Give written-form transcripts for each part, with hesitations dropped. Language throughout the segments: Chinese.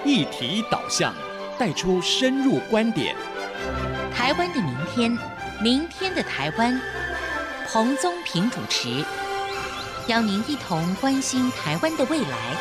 议题导向，带出深入观点。 台湾的明天，明天的台湾，彭宗平主持，邀您一同关心台湾的未来。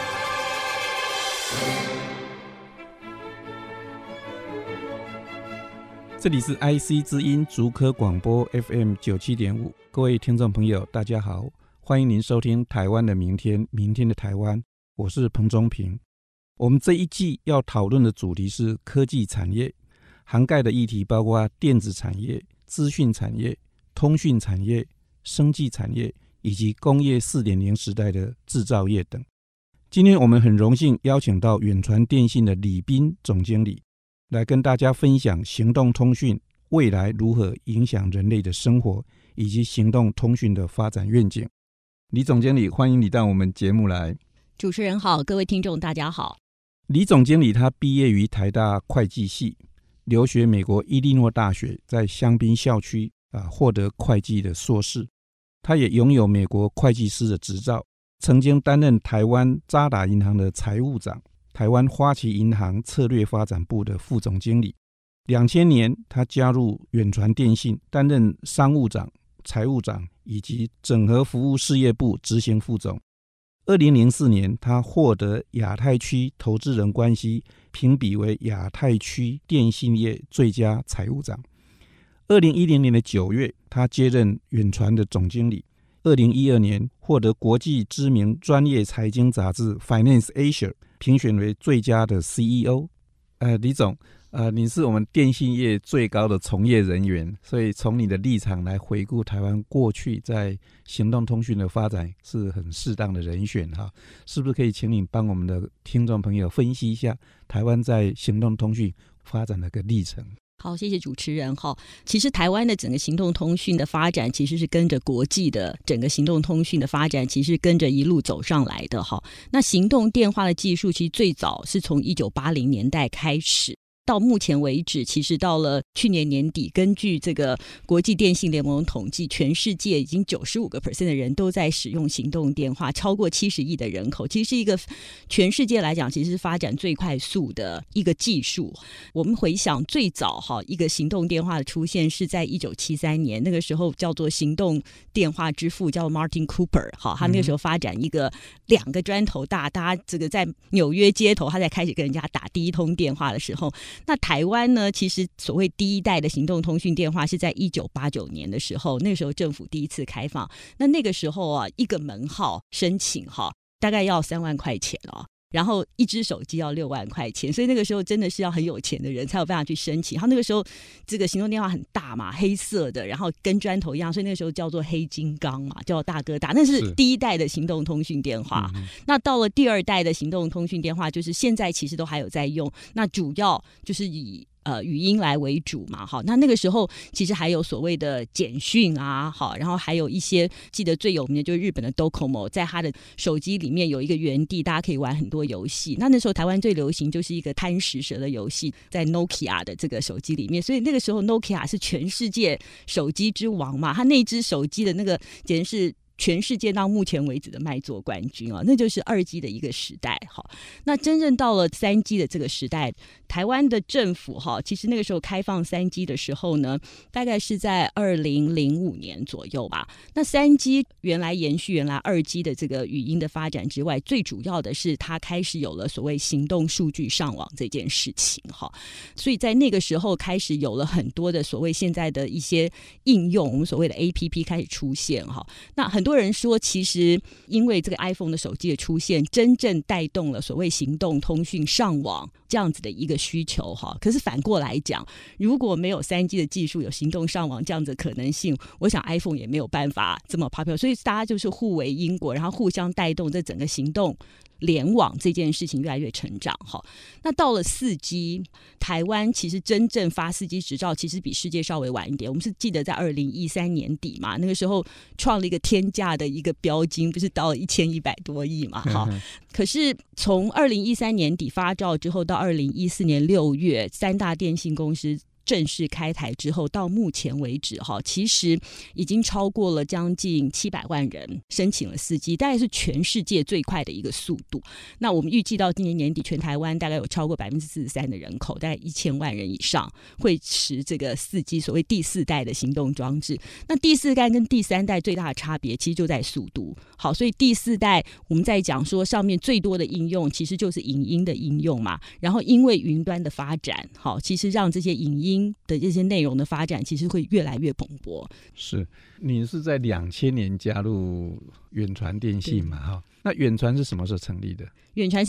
这里是 IC 之音竹科广播 FM 97.5，各位听众朋友大家好，欢迎您收听台湾的明天，明天的台湾，我是彭宗平。我们这一季要讨论的主题是科技产业，涵盖的议题包括电子产业、资讯产业、通讯产业、生技产业以及工业 4.0 时代的制造业等。今天我们很荣幸邀请到远传电信的李彬总经理来跟大家分享行动通讯未来如何影响人类的生活，以及行动通讯的发展愿景。李总经理，欢迎你到我们节目来。 主持人好，各位听众大家好。 李总经理他毕业于台大会计系，留学美国伊利诺大学，在香槟校区获得会计的硕士。他也拥有美国会计师的执照，曾经担任台湾渣打银行的财务长，台湾花旗银行策略发展部的副总经理。2000年他加入远传电信，担任商务长、财务长以及整合服务事业部执行副总。2004年他获得亚太区投资人关系评比为亚太区电信业最佳财务长。2010年的9月他接任远传的总经理。2012年获得国际知名专业财经杂志 Finance Asia 评选为最佳的 CEO。李总，你是我们电信业最高的从业人员，所以从你的立场来回顾台湾过去在行动通讯的发展是很适当的人选哈。是不是可以请你帮我们的听众朋友分析一下台湾在行动通讯发展的个历程？ 好，谢谢主持人。其实台湾的整个行动通讯的发展其实是跟着国际的整个行动通讯的发展其实跟着一路走上来的。那行动电话的技术其实最早是从1980年代开始，到目前为止，其实到了去年年底，根据这个国际电信联盟统计，全世界已经 95% 的人都在使用行动电话，超过70亿的人口，其实是一个全世界来讲其实是发展最快速的一个技术。我们回想最早一个行动电话的出现是在1973年，那个时候叫做行动电话之父叫 Martin Cooper， 他那个时候发展一个2个砖头大，大家这个在纽约街头他才开始跟人家打第一通电话的时候，那台湾呢，其实所谓第一代的行动通讯电话是在1989年的时候，那个时候政府第一次开放。那个时候一个门号申请大概要3万块钱然后一只手机要6万块钱，所以那个时候真的是要很有钱的人才有办法去申请。然后那个时候这个行动电话很大嘛，黑色的，然后跟砖头一样，所以那个时候叫做黑金刚嘛，叫大哥大，那是第一代的行动通讯电话。那到了第2代的行动通讯电话，就是现在其实都还有在用，那主要就是以语音来为主嘛。那个时候其实还有所谓的简讯然后还有一些记得最有名的就是日本的 Docomo， 在他的手机里面有一个园地，大家可以玩很多游戏。那时候台湾最流行就是一个贪食蛇的游戏，在 Nokia 的这个手机里面，所以那个时候 Nokia 是全世界手机之王嘛，他那只手机的那个简直是全世界到目前为止的卖座冠军那就是2G 的一个时代。那真正到了3G 的这个时代，台湾的政府其实那个时候开放3G 的时候呢，大概是在2005年左右吧。那3G 原来延续原来2G 的这个语音的发展之外，最主要的是它开始有了所谓行动数据上网这件事情所以在那个时候开始有了很多的所谓现在的一些应用，我们所谓的 APP 开始出现那很多人说，其实因为这个 iPhone 的手机的出现，真正带动了所谓行动通讯上网这样子的一个需求可是反过来讲，如果没有 3G 的技术，有行动上网这样子的可能性，我想 iPhone 也没有办法这么 popular。 所以大家就是互为因果，然后互相带动这整个行动联网这件事情越来越成长那到了4G， 台湾其实真正发4G 执照其实比世界稍微晚一点。我们是记得在2013年底嘛，那个时候创了一个天价的一个标金，不是到了1100多亿嘛可是从2013年底发照之后到2014年6月，3大电信公司正式开台之后，到目前为止其实已经超过了将近700万人申请了4G，大概是全世界最快的一个速度。那我们预计到今年年底，全台湾大概有超过43%的人口，大概1000万人以上会持这个4G，所谓第4代的行动装置。那第4代跟第3代最大的差别其实就在速度。好，所以第4代我们在讲说上面最多的应用其实就是影音的应用嘛，然后因为云端的发展，好，其实让这些影音的这些内容的发展其实会越来越蓬勃。 是，你是在2000年加入远传电信嘛？那远传是什么时候成立的？ 远传是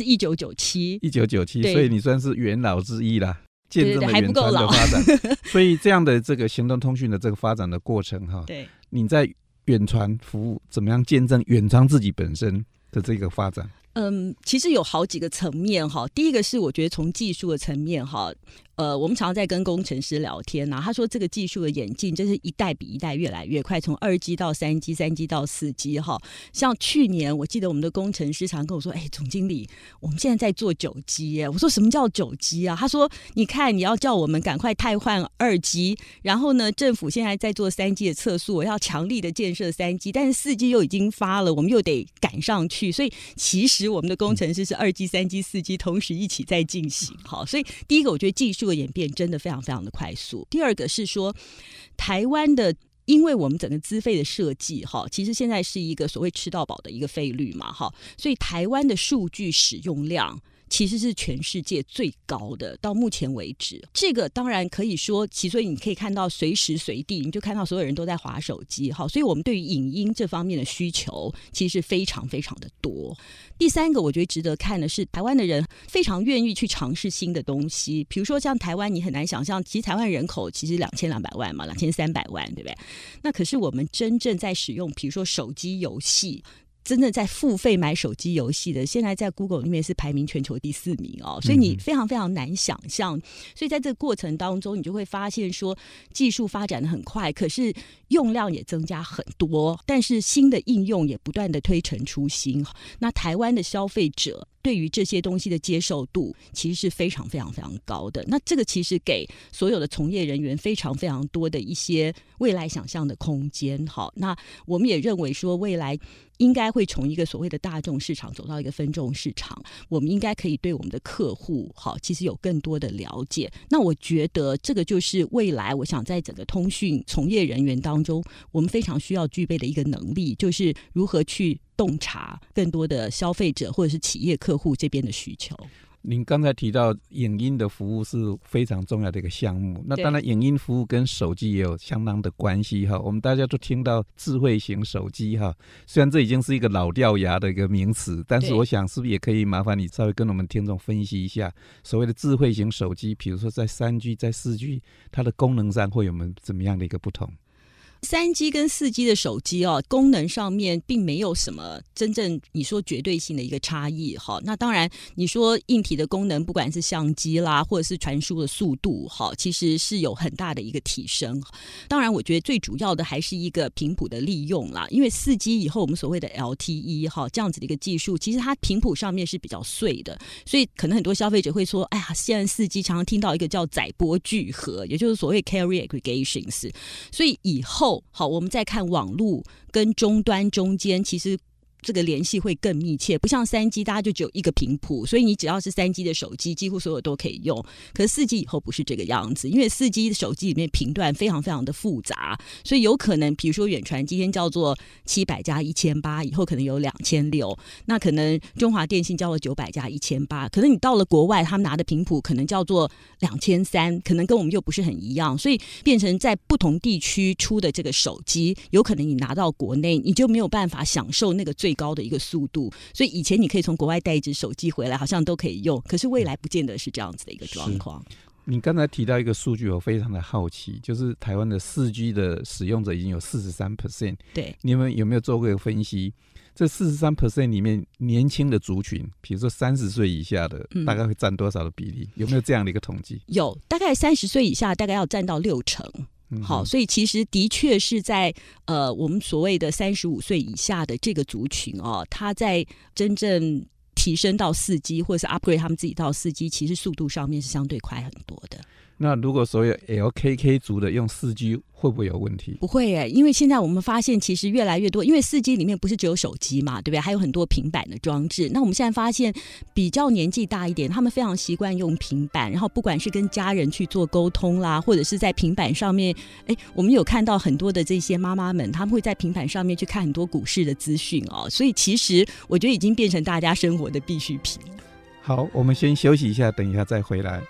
1997， 所以你算是元老之一啦，见证了还不够老远传的发展。所以这样的这个行动通讯的这个发展的过程对， 你在远传服务怎么样见证远传自己本身的这个发展？ 其实有好几个层面哈。第一个是我觉得从技术的层面哈，我们常常在跟工程师聊天他说这个技术的演进真是一代比一代越来越快，从2G 到3G， 3G 到4G 哈。像去年我记得我们的工程师常跟我说，总经理，我们现在在做9G耶。我说什么叫9G啊？他说你看你要叫我们赶快汰换2G， 然后呢政府现在在做3G 的测速，我要强力的建设3G， 但是4G 又已经发了，我们又得赶上去，所以其实我们的工程师是2G、3G、4G 同时一起在进行。好，所以第一个我觉得技术的演变真的非常非常的快速。第二个是说台湾的，因为我们整个资费的设计其实现在是一个所谓吃到饱的一个费率嘛，所以台湾的数据使用量其实是全世界最高的，到目前为止。这个当然可以说，所以你可以看到随时随地你就看到所有人都在滑手机，所以我们对于影音这方面的需求其实非常非常的多。第三个我觉得值得看的是台湾的人非常愿意去尝试新的东西，比如说像台湾，你很难想象，其实台湾人口其实2200万嘛，2300万，对不对？那可是我们真正在使用比如说手机游戏，真正在付费买手机游戏的，现在在 Google 里面是排名全球第4名所以你非常非常难想象。所以在这个过程当中，你就会发现说技术发展的很快，可是用量也增加很多，但是新的应用也不断的推陈出新。那台湾的消费者对于这些东西的接受度其实是非常非常非常高的。那这个其实给所有的从业人员非常非常多的一些未来想象的空间。好，那我们也认为说未来应该会从一个所谓的大众市场走到一个分众市场，我们应该可以对我们的客户其实有更多的了解。那我觉得这个就是未来我想在整个通讯从业人员当中我们非常需要具备的一个能力，就是如何去洞察更多的消费者或者是企业客户这边的需求。 您刚才提到影音的服务是非常重要的一个项目，那当然影音服务跟手机也有相当的关系我们大家都听到智慧型手机虽然这已经是一个老掉牙的一个名词，但是我想是不是也可以麻烦你稍微跟我们听众分析一下所谓的智慧型手机，比如说在 3G 在 4G 它的功能上会有没有怎么样的一个不同 ？3G 跟4G 的手机功能上面并没有什么真正你说绝对性的一个差异那当然你说硬体的功能，不管是相机啦或者是传输的速度其实是有很大的一个提升。当然我觉得最主要的还是一个频谱的利用啦，因为 4G 以后我们所谓的 LTE 这样子的一个技术，其实它频谱上面是比较碎的，所以可能很多消费者会说，哎呀，现在 4G 常常听到一个叫载波聚合，也就是所谓 carrier aggregations， 所以以后我们再看网路跟终端中间，其实这个联系会更密切，不像 3G 大家就只有一个频谱，所以你只要是 3G 的手机几乎所有都可以用。可是 4G 以后不是这个样子，因为 4G 的手机里面频段非常非常的复杂，所以有可能比如说远传今天叫做700加1800，以后可能有2600，那可能中华电信叫做900加1800，可能你到了国外他们拿的频谱可能叫做2300，可能跟我们又不是很一样，所以变成在不同地区出的这个手机，有可能你拿到国内你就没有办法享受那个最高的一个速度，所以以前你可以从国外带一只手机回来好像都可以用，可是未来不见得是这样子的一个状况。 你刚才提到一个数据我非常的好奇，就是台湾的 4G 的使用者已经有 43%， 对， 你们有没有做过一个分析，这 43% 里面年轻的族群，比如说30岁以下的大概会占多少的比例，有没有这样的一个统计？有， 大概30岁以下大概要占到60%。好，所以其实的确是在我们所谓的35岁以下的这个族群他在真正提升到4G 或者是 upgrade 他们自己到4G， 其实速度上面是相对快很多的。 那如果所有 LKK 族的用4G会不会有问题？ 不会耶，因为现在我们发现其实越来越多，因为4G 里面不是只有手机嘛，对不对？还有很多平板的装置。那我们现在发现比较年纪大一点，他们非常习惯用平板，然后不管是跟家人去做沟通啦，或者是在平板上面，我们有看到很多的这些妈妈们，他们会在平板上面去看很多股市的资讯哦，所以其实我觉得已经变成大家生活的必需品。 好，我们先休息一下，等一下再回来。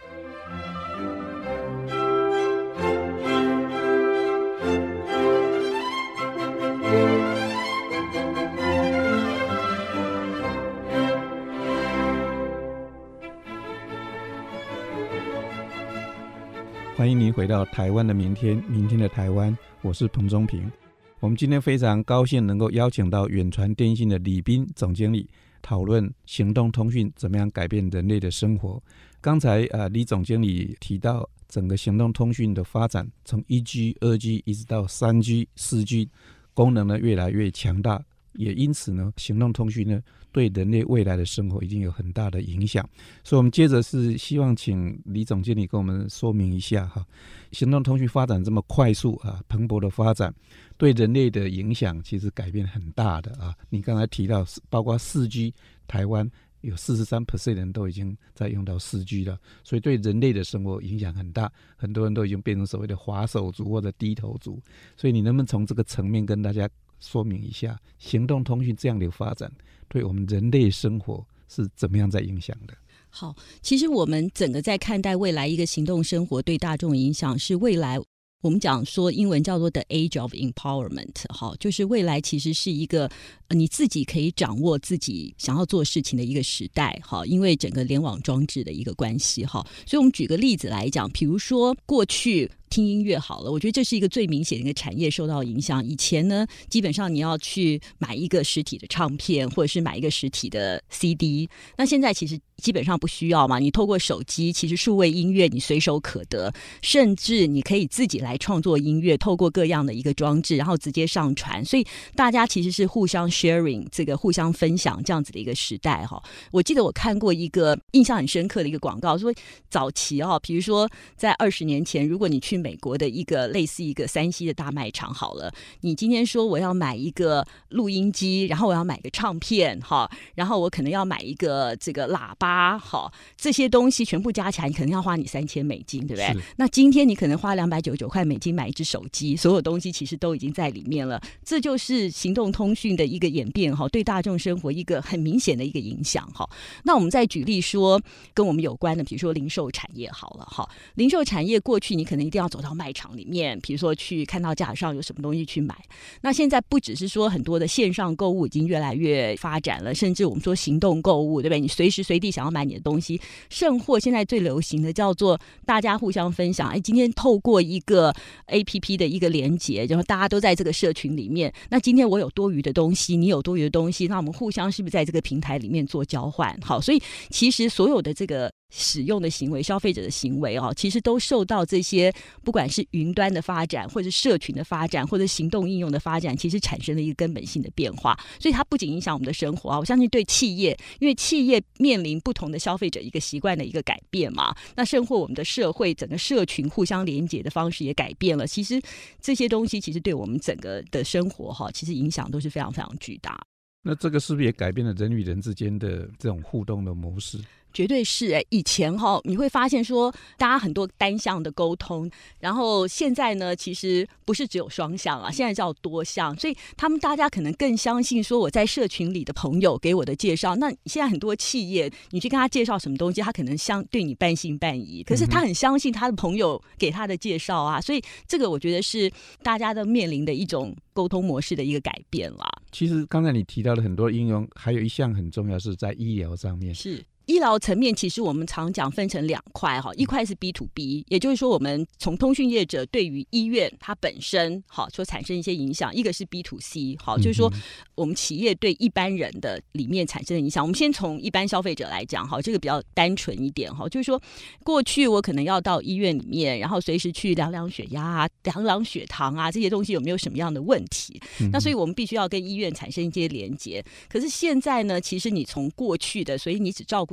欢迎您回到台湾的明天，明天的台湾，我是彭中平。我们今天非常高兴能够邀请到远传电信的李彬总经理，讨论行动通讯怎么样改变人类的生活。刚才李总经理提到整个行动通讯的发展，从 1G、2G 一直到 3G、4G， 功能呢越来越强大，也因此呢，行动通讯呢对人类未来的生活已经有很大的影响。所以我们接着是希望请李总经理跟我们说明一下哈，行动通讯发展这么快速蓬勃的发展，对人类的影响其实改变很大的啊。你刚才提到包括 4G， 台湾有 43% 人都已经在用到 4G 了，所以对人类的生活影响很大，很多人都已经变成所谓的滑手族或者低头族。所以你能不能从这个层面跟大家说明一下，行动通讯这样的发展对我们人类生活是怎么样在影响的？ 好，其实我们整个在看待未来一个行动生活对大众影响，是未来我们讲说英文叫做 The Age of Empowerment， 就是未来其实是一个你自己可以掌握自己想要做事情的一个时代，因为整个联网装置的一个关系。所以我们举个例子来讲，比如说过去听音乐好了，我觉得这是一个最明显的一个产业受到影响。以前呢，基本上你要去买一个实体的唱片，或者是买一个实体的 CD， 那现在其实基本上不需要嘛，你透过手机，其实数位音乐你随手可得，甚至你可以自己来创作音乐，透过各样的一个装置，然后直接上传，所以大家其实是互相 sharing， 这个互相分享这样子的一个时代。我记得我看过一个印象很深刻的一个广告，说早期比如说在20年前，如果你去美国的一个类似一个3C的大卖场好了，你今天说我要买一个录音机，然后我要买个唱片，然后我可能要买一个这个喇叭，这些东西全部加起来可能要花你$3000，对不对？那今天你可能花$299买一只手机，所有东西其实都已经在里面了。这就是行动通讯的一个演变，对大众生活一个很明显的一个影响。那我们再举例说跟我们有关的，比如说零售产业好了，零售产业过去你可能一定要走到卖场里面，比如说去看到架上有什么东西去买。那现在不只是说很多的线上购物已经越来越发展了，甚至我们说行动购物，对不对？你随时随地想要买你的东西，甚或现在最流行的叫做大家互相分享。今天透过一个 APP 的一个连结，然后大家都在这个社群里面，那今天我有多余的东西，你有多余的东西，那我们互相是不是在这个平台里面做交换？好，所以其实所有的这个使用的行为，消费者的行为其实都受到这些不管是云端的发展，或者社群的发展，或者行动应用的发展，其实产生了一个根本性的变化。所以它不仅影响我们的生活我相信对企业，因为企业面临不同的消费者一个习惯的一个改变嘛，那甚或我们的社会整个社群互相连结的方式也改变了。其实这些东西其实对我们整个的生活其实影响都是非常非常巨大。 那这个是不是也改变了人与人之间的这种互动的模式？ 绝对是以前你会发现说大家很多单向的沟通，然后现在呢其实不是只有双向现在叫多向，所以大家可能更相信说我在社群里的朋友给我的介绍。那现在很多企业你去跟他介绍什么东西，他可能对你半信半疑，可是他很相信他的朋友给他的介绍所以这个我觉得是大家都面临的一种沟通模式的一个改变啦。 其实刚才你提到的很多应用，还有一项很重要是在医疗上面。 是医疗层面，其实我们常讲分成2块一块是 B2B， 也就是说我们从通讯业者对于医院它本身所产生一些影响；一个是 B2C， 就是说我们企业对一般人的里面产生的影响。我们先从一般消费者来讲这个比较单纯一点就是说过去我可能要到医院里面，然后随时去量量血压量量血糖这些东西有没有什么样的问题，那所以我们必须要跟医院产生一些连结。可是现在呢，其实你从过去的，所以你只照顾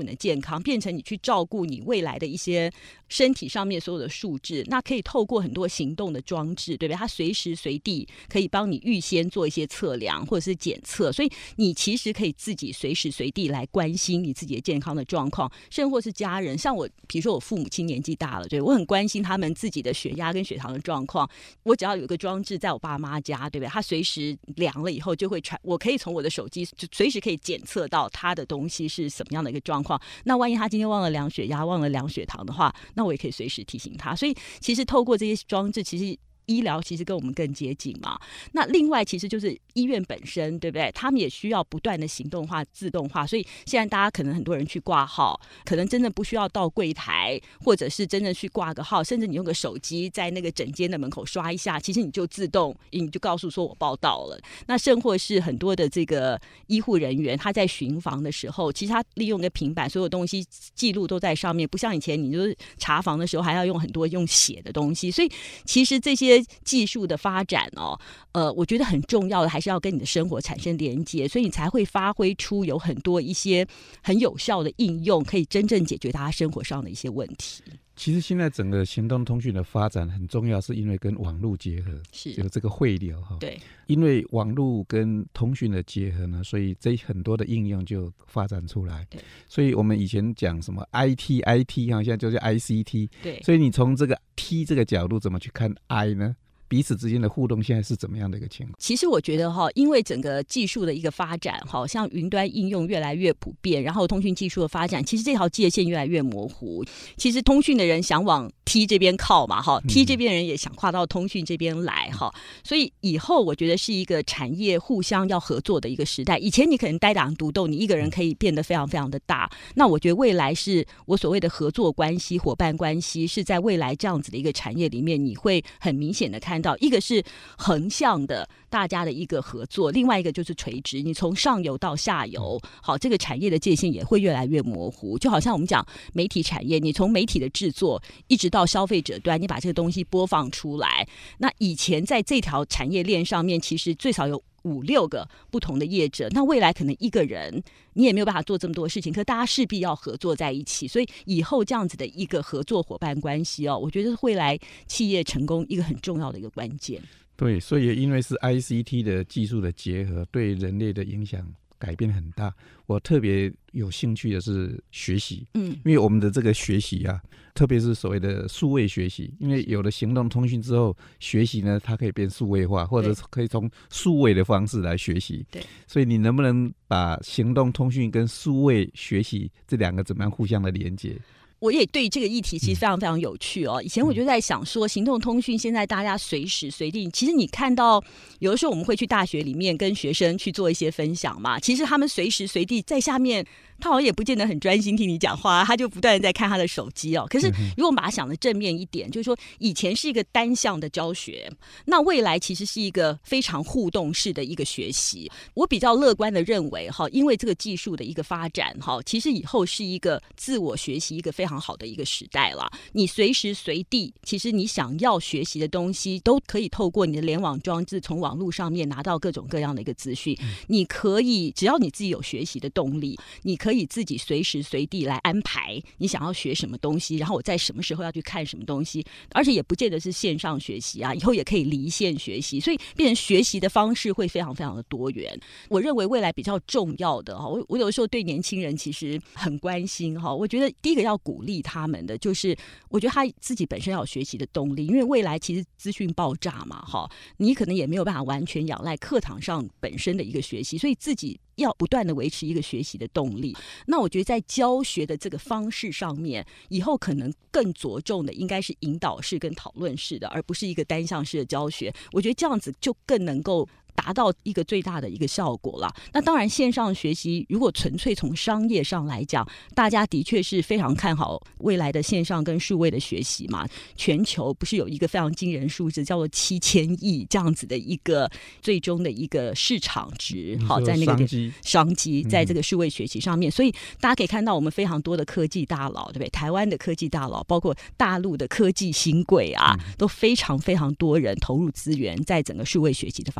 顾你的健康，变成你去照顾你未来的一些身体上面所有的数值，那可以透过很多行动的装置，对不对？它随时随地可以帮你预先做一些测量或者是检测，所以你其实可以自己随时随地来关心你自己的健康的状况，甚或是家人。像我比如说我父母亲年纪大了，对，我很关心他们自己的血压跟血糖的状况，我只要有一个装置在我爸妈家，对不对？他随时量了以后就会传，我可以从我的手机就随时可以检测到他的东西是什么样的一个状况。那万一他今天忘了量血压忘了量血糖的话，那我也可以随时提醒他。所以其实透过这些装置，其实医疗其实跟我们更接近嘛。那另外其实就是医院本身，对不对？他们也需要不断的行动化、自动化。所以现在大家可能很多人去挂号，可能真的不需要到柜台，或者是真的去挂个号，甚至你用个手机在那个诊间的门口刷一下，其实你就自动你就告诉说我报到了。那甚或是很多的这个医护人员，他在巡房的时候，其实他利用一个平板，所有东西记录都在上面，不像以前你就是查房的时候还要用很多用写的东西。所以其实这些技术的发展我觉得很重要的还是要跟你的生活产生连接，所以你才会发挥出有很多一些很有效的应用，可以真正解决大家生活上的一些问题。 其实现在整个行动通讯的发展很重要，是因为跟网络结合， 是就这个汇流哈。 对， 因为网络跟通讯的结合呢，所以这很多的应用就发展出来。 对， 所以我们以前讲什么 IT 哈，现在就叫 ICT。 对， 所以你从这个 T 这个角度怎么去看 I 呢？彼此之间的互动现在是怎么样的一个情况？ 其实我觉得因为整个技术的一个发展像云端应用越来越普遍，然后通讯技术的发展，其实这条界限越来越模糊。其实通讯的人想往 T 这边靠嘛，T 这边人也想跨到通讯这边来所以以后我觉得是一个产业互相要合作的一个时代。以前你可能单打独斗，你一个人可以变得非常非常的大，那我觉得未来是我所谓的合作关系、伙伴关系，是在未来这样子的一个产业里面，你会很明显的看到，一个是横向的大家的一个合作，另外一个就是垂直，你从上游到下游，这个产业的界限也会越来越模糊。就好像我们讲媒体产业，你从媒体的制作一直到消费者端，你把这个东西播放出来，那以前在这条产业链上面，其实最少有5-6个不同的业者，那未来可能一个人你也没有办法做这么多事情，可大家势必要合作在一起，所以以后这样子的一个合作伙伴关系我觉得是未来企业成功一个很重要的一个关键。 对，所以也因为是 ICT 的技术的结合，对人类的影响改变很大。我特别有兴趣的是学习，因为我们的这个学习特别是所谓的数位学习，因为有了行动通讯之后，学习呢它可以变数位化，或者可以从数位的方式来学习。 对， 所以你能不能把行动通讯跟数位学习这两个怎么样互相的连接？ 我也对这个议题其实非常非常有趣以前我就在想说，行动通讯现在大家随时随地，其实你看到有的时候我们会去大学里面跟学生去做一些分享嘛，其实他们随时随地在下面，他好像也不见得很专心听你讲话，他就不断的在看他的手机可是如果我们把它想的正面一点，就是说以前是一个单向的教学，那未来其实是一个非常互动式的一个学习。我比较乐观的认为因为这个技术的一个发展其实以后是一个自我学习一个非常好的一个时代了。你随时随地，其实你想要学习的东西都可以透过你的联网装置，从网络上面拿到各种各样的一个资讯。你可以只要你自己有学习的动力，你可以自己随时随地来安排你想要学什么东西，然后我在什么时候要去看什么东西，而且也不见得是线上学习以后也可以离线学习，所以变成学习的方式会非常非常的多元。我认为未来比较重要的我有的时候对年轻人其实很关心我觉得第一个要鼓励他们的就是我觉得他自己本身要有学习的动力，因为未来其实资讯爆炸嘛你可能也没有办法完全仰赖课堂上本身的一个学习，所以自己要不断的维持一个学习的动力。那我觉得在教学的这个方式上面，以后可能更着重的应该是引导式跟讨论式的，而不是一个单向式的教学。我觉得这样子就更能够达到一个最大的一个效果啦。那当然线上学习如果纯粹从商业上来讲，大家的确是非常看好未来的线上跟数位的学习嘛。全球不是有一个非常惊人数字叫做7000亿这样子的一个最终的一个市场值在那个商机在这个数位学习上面，所以大家可以看到我们非常多的科技大佬，对不对？台湾的科技大佬包括大陆的科技新贵都非常非常多人投入资源在整个数位学习的发展上。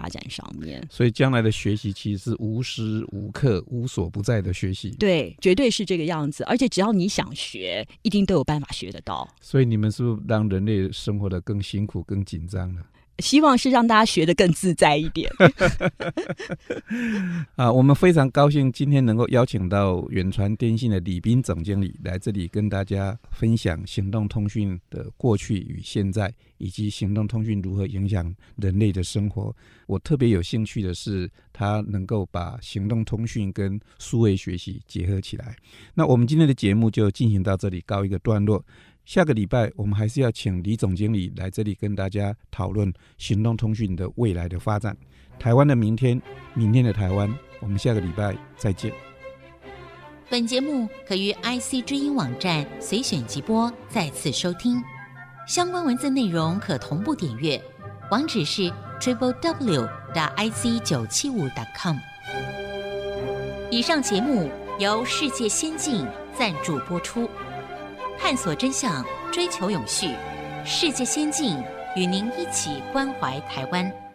面。 所以将来的学习其实是无时无刻无所不在的学习。 对，绝对是这个样子，而且只要你想学，一定都有办法学得到。 所以你们是不是让人类生活得更辛苦更紧张了？ 希望是让大家学得更自在一点。 我们非常高兴今天能够邀请到远传电信的李斌总经理来这里跟大家分享行动通讯的过去与现在，以及行动通讯如何影响人类的生活。我特别有兴趣的是他能够把行动通讯跟数位学习结合起来。那我们今天的节目就进行到这里告一个段落，下个礼拜我们还是要请李总经理来这里跟大家讨论行动通讯的未来的发展，台湾的明天，明天的台湾。我们下个礼拜再见。 本节目可于 IC 之音网站随选即播再次收听，相关文字内容可同步点阅，网址是 www.ic975.com。 以上节目由世界先进赞助播出，探索真相，追求永续，世界先进与您一起关怀台湾。